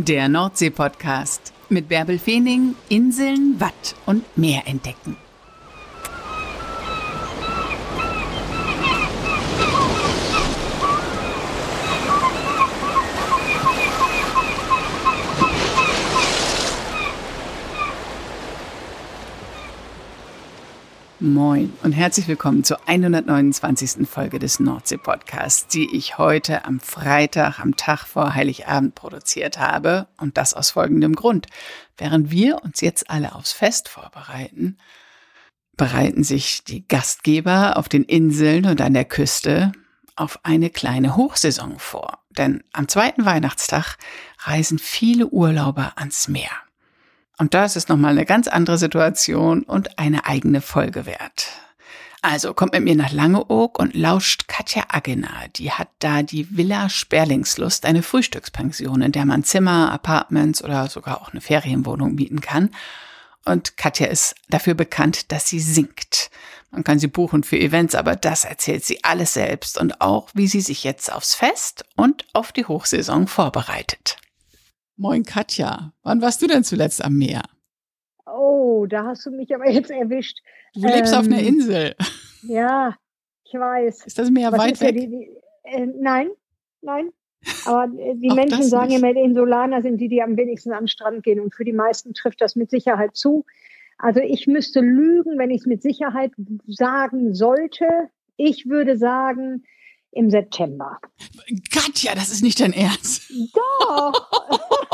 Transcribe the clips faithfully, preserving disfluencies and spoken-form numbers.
Der Nordsee-Podcast mit Bärbel Feening, Inseln, Watt und Meer entdecken. Moin und herzlich willkommen zur hundertneunundzwanzigsten Folge des Nordsee-Podcasts, die ich heute am Freitag, am Tag vor Heiligabend produziert habe. Und das aus folgendem Grund. Während wir uns jetzt alle aufs Fest vorbereiten, bereiten sich die Gastgeber auf den Inseln und an der Küste auf eine kleine Hochsaison vor. Denn am zweiten Weihnachtstag reisen viele Urlauber ans Meer. Und das ist nochmal eine ganz andere Situation und eine eigene Folge wert. Also kommt mit mir nach Langeoog und lauscht Katja Aggener. Die hat da die Villa Sperlingslust, eine Frühstückspension, in der man Zimmer, Apartments oder sogar auch eine Ferienwohnung mieten kann. Und Katja ist dafür bekannt, dass sie singt. Man kann sie buchen für Events, aber das erzählt sie alles selbst und auch, wie sie sich jetzt aufs Fest und auf die Hochsaison vorbereitet. Moin Katja, wann warst du denn zuletzt am Meer? Oh, da hast du mich aber jetzt erwischt. Du lebst ähm, auf einer Insel. Ja, ich weiß. Ist das Meer Was weit ist weg? Ja die, die, äh, nein, nein. Aber die Auch Menschen das sagen nicht. immer, die Insulaner sind die, die am wenigsten an den Strand gehen. Und für die meisten trifft das mit Sicherheit zu. Also ich müsste lügen, wenn ich es mit Sicherheit sagen sollte. Ich würde sagen, im September. Katja, das ist nicht dein Ernst. Doch.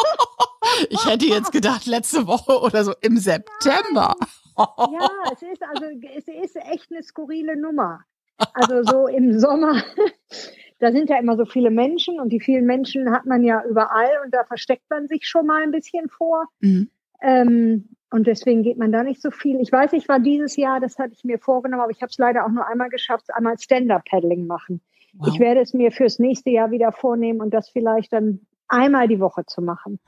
Ich hätte jetzt gedacht, letzte Woche oder so im September. Ja, es ist also es ist echt eine skurrile Nummer. Also so im Sommer, da sind ja immer so viele Menschen und die vielen Menschen hat man ja überall und da versteckt man sich schon mal ein bisschen vor. Mhm. Ähm, und deswegen geht man da nicht so viel. Ich weiß, ich war dieses Jahr, das hatte ich mir vorgenommen, aber ich habe es leider auch nur einmal geschafft, einmal Stand-Up-Paddling machen. Wow. Ich werde es mir fürs nächste Jahr wieder vornehmen und das vielleicht dann einmal die Woche zu machen.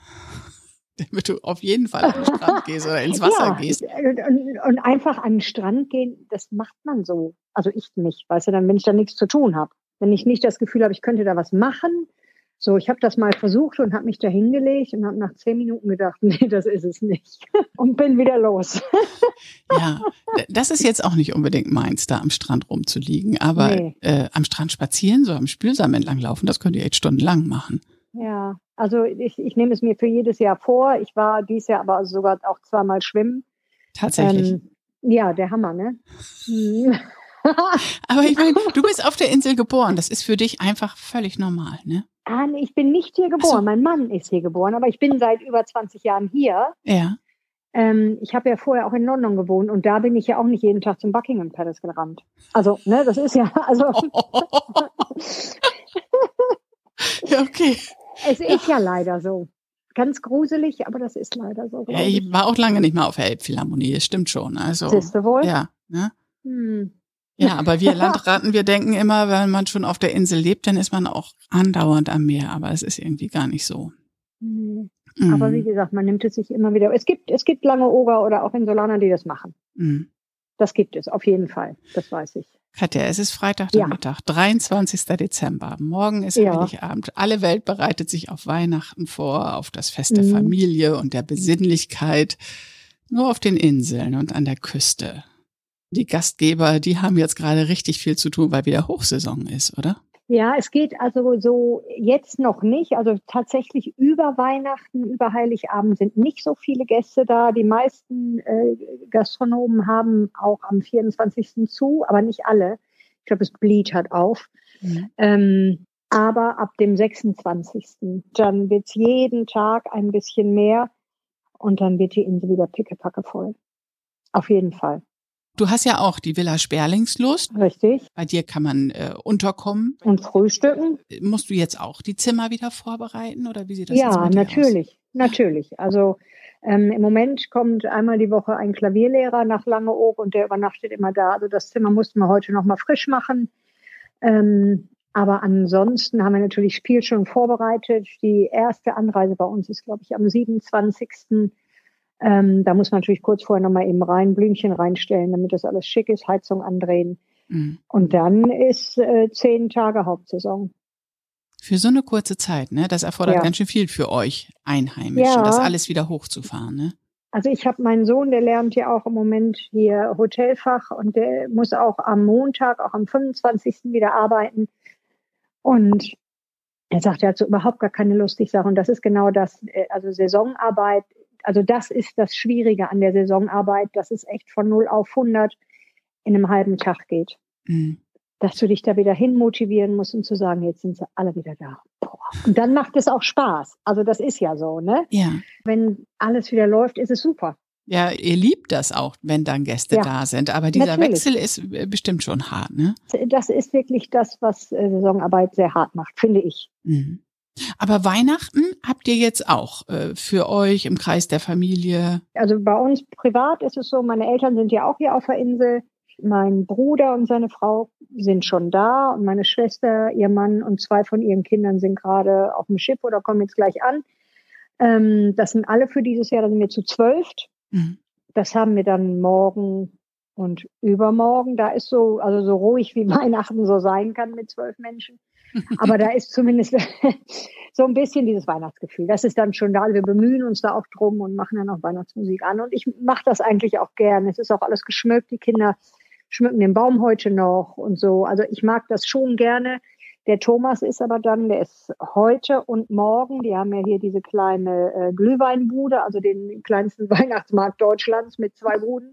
Damit du auf jeden Fall an den Strand gehst oder ins Wasser ja, gehst. Und, und, und einfach an den Strand gehen, das macht man so. Also ich nicht, weißt du, dann, wenn ich da nichts zu tun habe. Wenn ich nicht das Gefühl habe, ich könnte da was machen. So, ich habe das mal versucht und habe mich da hingelegt und habe nach zehn Minuten gedacht, nee, das ist es nicht. Und bin wieder los. Ja, das ist jetzt auch nicht unbedingt meins, da am Strand rumzuliegen. Aber nee. äh, am Strand spazieren, so am Spülsamen entlang laufen, das könnt ihr echt stundenlang machen. Ja, also ich, ich nehme es mir für jedes Jahr vor. Ich war dieses Jahr aber sogar auch zweimal schwimmen. Tatsächlich? Ähm, ja, der Hammer, ne? Aber ich meine, du bist auf der Insel geboren. Das ist für dich einfach völlig normal, ne? Ah, nee, ich bin nicht hier geboren. So. Mein Mann ist hier geboren, aber ich bin seit über zwanzig Jahren hier. Ja. Ähm, ich habe ja vorher auch in London gewohnt und da bin ich ja auch nicht jeden Tag zum Buckingham Palace gerannt. Also, ne, das ist ja, also. Ja, okay. Es ist ja. ja leider so. Ganz gruselig, aber das ist leider so. Ja, ich, ich war auch lange nicht mehr auf der Elbphilharmonie, das stimmt schon. Also, siehst du wohl? Ja, ne? Hm. Ja, aber wir Landratten, wir denken immer, wenn man schon auf der Insel lebt, dann ist man auch andauernd am Meer. Aber es ist irgendwie gar nicht so. Mhm. Mhm. Aber wie gesagt, man nimmt es sich immer wieder. Es gibt, es gibt Langeooger oder auch Insulaner, die das machen. Mhm. Das gibt es, auf jeden Fall. Das weiß ich. Katja, es ist Freitagnachmittag, ja. dreiundzwanzigsten Dezember. Morgen ist ja. Heiligabend. Alle Welt bereitet sich auf Weihnachten vor, auf das Fest der mhm. Familie und der Besinnlichkeit. Nur auf den Inseln und an der Küste. Die Gastgeber, die haben jetzt gerade richtig viel zu tun, weil wieder Hochsaison ist, oder? Ja, es geht also so jetzt noch nicht. Also tatsächlich über Weihnachten, über Heiligabend sind nicht so viele Gäste da. Die meisten äh, Gastronomen haben auch am vierundzwanzigsten zu, aber nicht alle. Ich glaube, es Bleed hat auf. Mhm. Ähm, aber ab dem sechsundzwanzigsten Dann wird es jeden Tag ein bisschen mehr und dann wird die Insel wieder pickepacke voll. Auf jeden Fall. Du hast ja auch die Villa Sperlingslust. Richtig. Bei dir kann man äh, unterkommen. Und frühstücken. Musst du jetzt auch die Zimmer wieder vorbereiten oder wie sieht das ja, jetzt bei dir natürlich, aus? natürlich. Also ähm, im Moment kommt einmal die Woche ein Klavierlehrer nach Langeoog und der übernachtet immer da. Also das Zimmer mussten wir heute noch mal frisch machen. Ähm, aber ansonsten haben wir natürlich viel schon vorbereitet. Die erste Anreise bei uns ist, glaube ich, am siebenundzwanzigsten Ähm, da muss man natürlich kurz vorher nochmal eben rein, Blümchen reinstellen, damit das alles schick ist, Heizung andrehen. Mhm. Und dann ist äh, zehn Tage Hauptsaison. Für so eine kurze Zeit, ne? Das erfordert Ja. ganz schön viel für euch Einheimischen, Ja. das alles wieder hochzufahren, ne? Also ich habe meinen Sohn, der lernt ja auch im Moment hier Hotelfach und der muss auch am Montag, auch am fünfundzwanzigsten wieder arbeiten. Und er sagt, er hat so überhaupt gar keine Lust. Ich sage, und das ist genau das, also Saisonarbeit, also das ist das Schwierige an der Saisonarbeit, dass es echt von null auf hundert in einem halben Tag geht. Mhm. Dass du dich da wieder hin motivieren musst und zu sagen, jetzt sind sie alle wieder da. Boah. Und dann macht es auch Spaß. Also das ist ja so, ne? Ja. Wenn alles wieder läuft, ist es super. Ja, ihr liebt das auch, wenn dann Gäste Ja, da sind. Aber dieser natürlich. Wechsel ist äh, bestimmt schon hart, ne? Das ist wirklich das, was äh, Saisonarbeit sehr hart macht, finde ich. Mhm. Aber Weihnachten habt ihr jetzt auch äh, für euch im Kreis der Familie? Also bei uns privat ist es so, meine Eltern sind ja auch hier auf der Insel. Mein Bruder und seine Frau sind schon da und meine Schwester, ihr Mann und zwei von ihren Kindern sind gerade auf dem Schiff oder kommen jetzt gleich an. Ähm, das sind alle für dieses Jahr, da sind wir zu zwölf. Mhm. Das haben wir dann morgen und übermorgen. Da ist so, also so ruhig wie Weihnachten so sein kann mit zwölf Menschen. Aber da ist zumindest so ein bisschen dieses Weihnachtsgefühl. Das ist dann schon da. Wir bemühen uns da auch drum und machen dann auch Weihnachtsmusik an. Und ich mache das eigentlich auch gerne. Es ist auch alles geschmückt. Die Kinder schmücken den Baum heute noch und so. Also ich mag das schon gerne. Der Thomas ist aber dann, der ist heute und morgen, die haben ja hier diese kleine äh, Glühweinbude, also den kleinsten Weihnachtsmarkt Deutschlands mit zwei Buden.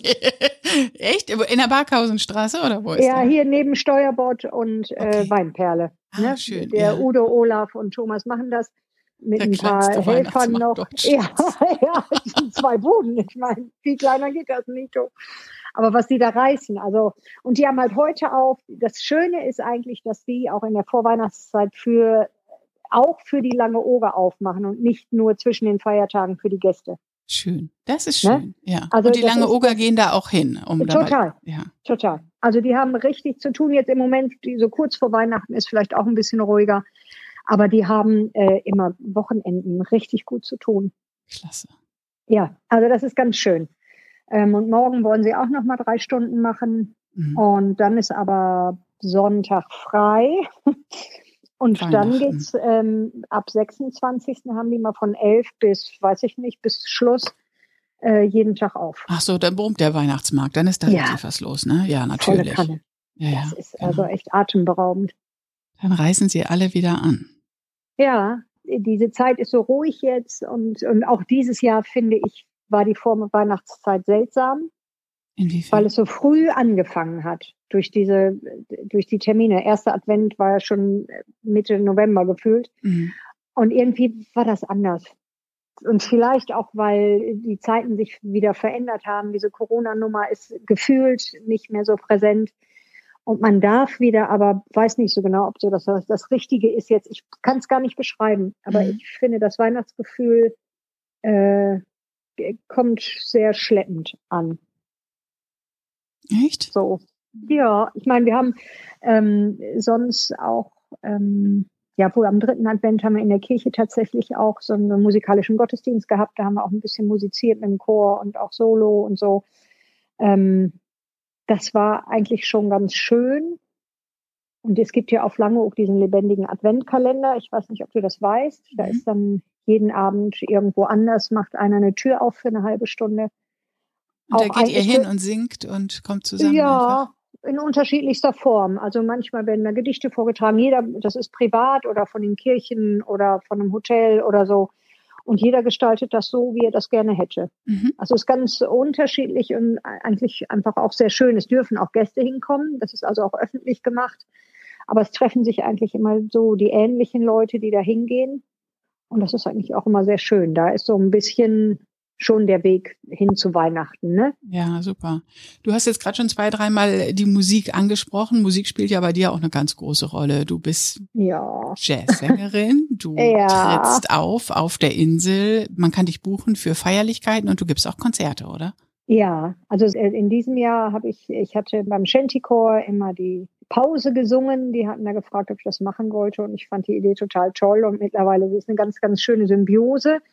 Echt? In der Barkhausenstraße oder wo ist Ja, der? hier neben Steuerbord und äh, Okay. Weinperle. Ah, Ne? schön, Der ja. Udo, Olaf und Thomas machen das mit Der ein paar kleinste Helfern Weihnachtsmarkt noch. Ja, Deutschlands. ja, das sind zwei Buden. Ich meine, viel kleiner geht das nicht. So. Aber was die da reißen, also, und die haben halt heute auf, das Schöne ist eigentlich, dass die auch in der Vorweihnachtszeit für, auch für die lange Oger aufmachen und nicht nur zwischen den Feiertagen für die Gäste. Schön. Das ist Ne? schön, ja. Also Und die das lange ist- Oger gehen da auch hin. Um dabei, Total. ja. Total. Also die haben richtig zu tun jetzt im Moment, die, so kurz vor Weihnachten ist vielleicht auch ein bisschen ruhiger, aber die haben äh, immer Wochenenden richtig gut zu tun. Klasse. Ja, also das ist ganz schön. Ähm, und morgen wollen sie auch noch mal drei Stunden machen. Mhm. Und dann ist aber Sonntag frei. Und dann Weihnachten. geht's ähm, ab sechsundzwanzigsten haben die mal von elf bis, weiß ich nicht, bis Schluss äh, jeden Tag auf. Ach so, dann brummt der Weihnachtsmarkt. Dann ist da Ja. richtig was los, ne? Ja, Volle natürlich. Kanne. Ja, ja, Das ist genau. also echt atemberaubend. Dann reißen sie alle wieder an. Ja, diese Zeit ist so ruhig jetzt und, und auch dieses Jahr, finde ich, war die Vorweihnachtszeit seltsam, Inwiefern? weil es so früh angefangen hat durch diese, durch die Termine. Erster Advent war ja schon Mitte November gefühlt Mhm. und irgendwie war das anders. Und vielleicht auch, weil die Zeiten sich wieder verändert haben. Diese Corona-Nummer ist gefühlt nicht mehr so präsent. Und man darf wieder, aber weiß nicht so genau, ob so das, das Richtige ist jetzt. Ich kann es gar nicht beschreiben, aber Mhm. ich finde, das Weihnachtsgefühl äh, kommt sehr schleppend an. Echt? So, ja, ich meine, wir haben ähm, sonst auch, ähm, ja, wohl am dritten Advent haben wir in der Kirche tatsächlich auch so einen musikalischen Gottesdienst gehabt. Da haben wir auch ein bisschen musiziert mit dem Chor und auch Solo und so. Ähm, das war eigentlich schon ganz schön. Und es gibt ja auf Langeoog diesen lebendigen Adventkalender. Ich weiß nicht, ob du das weißt. Da Mhm. ist dann jeden Abend irgendwo anders, macht einer eine Tür auf für eine halbe Stunde. Und da Auch geht ihr eigentlich hin für- und singt und kommt zusammen Ja, einfach. in unterschiedlichster Form. Also manchmal werden da Gedichte vorgetragen. Jeder, das ist privat oder von den Kirchen oder von einem Hotel oder so. Und jeder gestaltet das so, wie er das gerne hätte. Mhm. Also es ist ganz unterschiedlich und eigentlich einfach auch sehr schön. Es dürfen auch Gäste hinkommen. Das ist also auch öffentlich gemacht. Aber es treffen sich eigentlich immer so die ähnlichen Leute, die da hingehen. Und das ist eigentlich auch immer sehr schön. Da ist so ein bisschen schon der Weg hin zu Weihnachten, ne? Ja, super. Du hast jetzt gerade schon zwei, dreimal die Musik angesprochen. Musik spielt ja bei dir auch eine ganz große Rolle. Du bist Ja. Jazzsängerin, du Ja. trittst auf auf der Insel. Man kann dich buchen für Feierlichkeiten und du gibst auch Konzerte, oder? Ja, also äh, in diesem Jahr habe ich, ich hatte beim Shantychor immer die Pause gesungen. Die hatten da gefragt, ob ich das machen wollte und ich fand die Idee total toll und mittlerweile ist es eine ganz, ganz schöne Symbiose.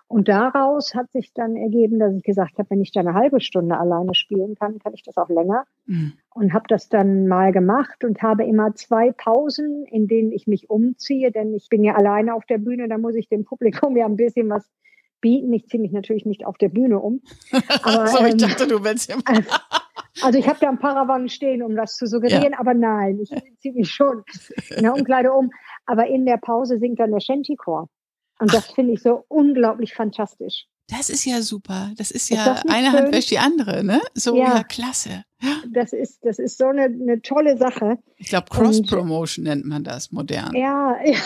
Und daraus hat sich dann ergeben, dass ich gesagt habe, wenn ich da eine halbe Stunde alleine spielen kann, kann ich das auch länger. Mhm. Und habe das dann mal gemacht und habe immer zwei Pausen, in denen ich mich umziehe, denn ich bin ja alleine auf der Bühne, da muss ich dem Publikum ja ein bisschen was bieten. Ich ziehe mich natürlich nicht auf der Bühne um. Aber, so, ich ähm, dachte, du willst immer. Also, also ich habe da ein Paravan stehen, um das zu suggerieren, ja. aber nein, ich ziehe mich schon in der Umkleide um. Aber in der Pause singt dann der Shanty-Chor. Und das finde ich so unglaublich fantastisch. Das ist ja super. Das ist ja, ist eine schön? Hand wäscht die andere, ne? So, ja, ja klasse. Ja. Das ist, das ist so eine, eine tolle Sache. Ich glaube, Cross-Promotion nennt man das modern. Ja, ja.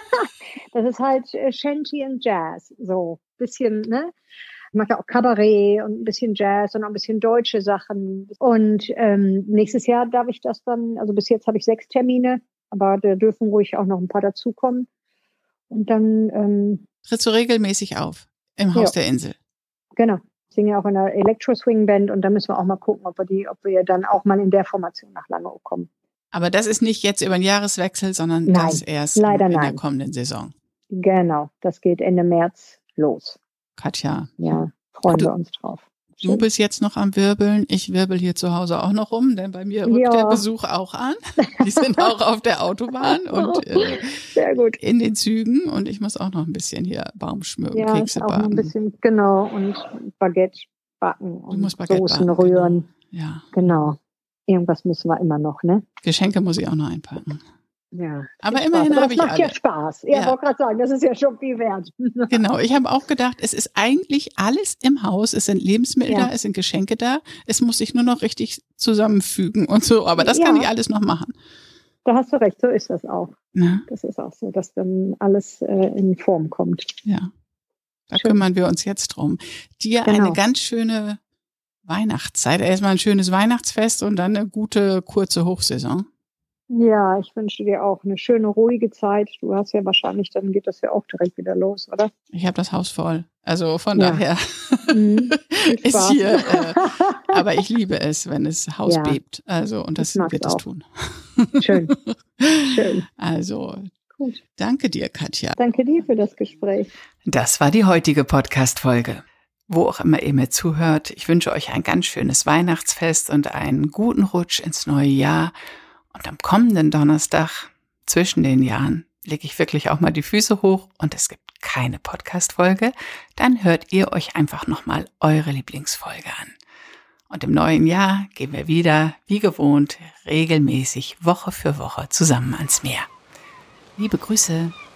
Das ist halt Shanty und Jazz. So, bisschen, ne? Ich mache auch Kabarett und ein bisschen Jazz und auch ein bisschen deutsche Sachen. Und ähm, nächstes Jahr darf ich das dann, also bis jetzt habe ich sechs Termine, aber da dürfen ruhig auch noch ein paar dazukommen. Und dann ähm, trittst du regelmäßig auf im Haus ja. der Insel. Genau. Ich singe auch in einer Electro-Swing-Band und da müssen wir auch mal gucken, ob wir die, ob wir dann auch mal in der Formation nach Langeoog kommen. Aber das ist nicht jetzt über den Jahreswechsel, sondern nein, das erst leider in nein. der kommenden Saison. Genau, das geht Ende März los. Katja. Ja, freuen du, wir uns drauf. Du bist jetzt noch am Wirbeln. Ich wirbel hier zu Hause auch noch rum, denn bei mir rückt ja. der Besuch auch an. Die sind auch auf der Autobahn und äh, sehr gut. in den Zügen. Und ich muss auch noch ein bisschen hier Baum schmücken, ja, Kekse auch backen. Ein bisschen, genau, und Baguette backen und du musst Baguette Soßen backen, rühren. Genau. Ja. Genau. Irgendwas müssen wir immer noch, ne? Geschenke muss ich auch noch einpacken. Ja, aber immerhin habe ich Das macht alle. ja Spaß. Ja, ja. wollte gerade sagen, das ist ja schon viel wert. Genau, ich habe auch gedacht, es ist eigentlich alles im Haus. Es sind Lebensmittel ja. da, es sind Geschenke da. Es muss sich nur noch richtig zusammenfügen und so. Aber das ja. kann ich alles noch machen. Da hast du recht, so ist das auch. Ja. Das ist auch so, dass dann alles äh, in Form kommt. Ja, da Schön. kümmern wir uns jetzt drum. Dir genau. eine ganz schöne Weihnachtszeit. Erstmal ein schönes Weihnachtsfest und dann eine gute, kurze Hochsaison. Ja, ich wünsche dir auch eine schöne, ruhige Zeit. Du hast ja wahrscheinlich, dann geht das ja auch direkt wieder los, oder? Ich habe das Haus voll. Also von ja. daher mhm. ist hier, äh, aber ich liebe es, wenn das Haus ja. bebt. Also, und das wird es tun. Schön. Schön. Also, gut. Danke dir, Katja. Danke dir für das Gespräch. Das war die heutige Podcast-Folge. Wo auch immer ihr mir zuhört, ich wünsche euch ein ganz schönes Weihnachtsfest und einen guten Rutsch ins neue Jahr. Und am kommenden Donnerstag zwischen den Jahren lege ich wirklich auch mal die Füße hoch und es gibt keine Podcast-Folge. Dann hört ihr euch einfach nochmal eure Lieblingsfolge an. Und im neuen Jahr gehen wir wieder, wie gewohnt, regelmäßig Woche für Woche zusammen ans Meer. Liebe Grüße.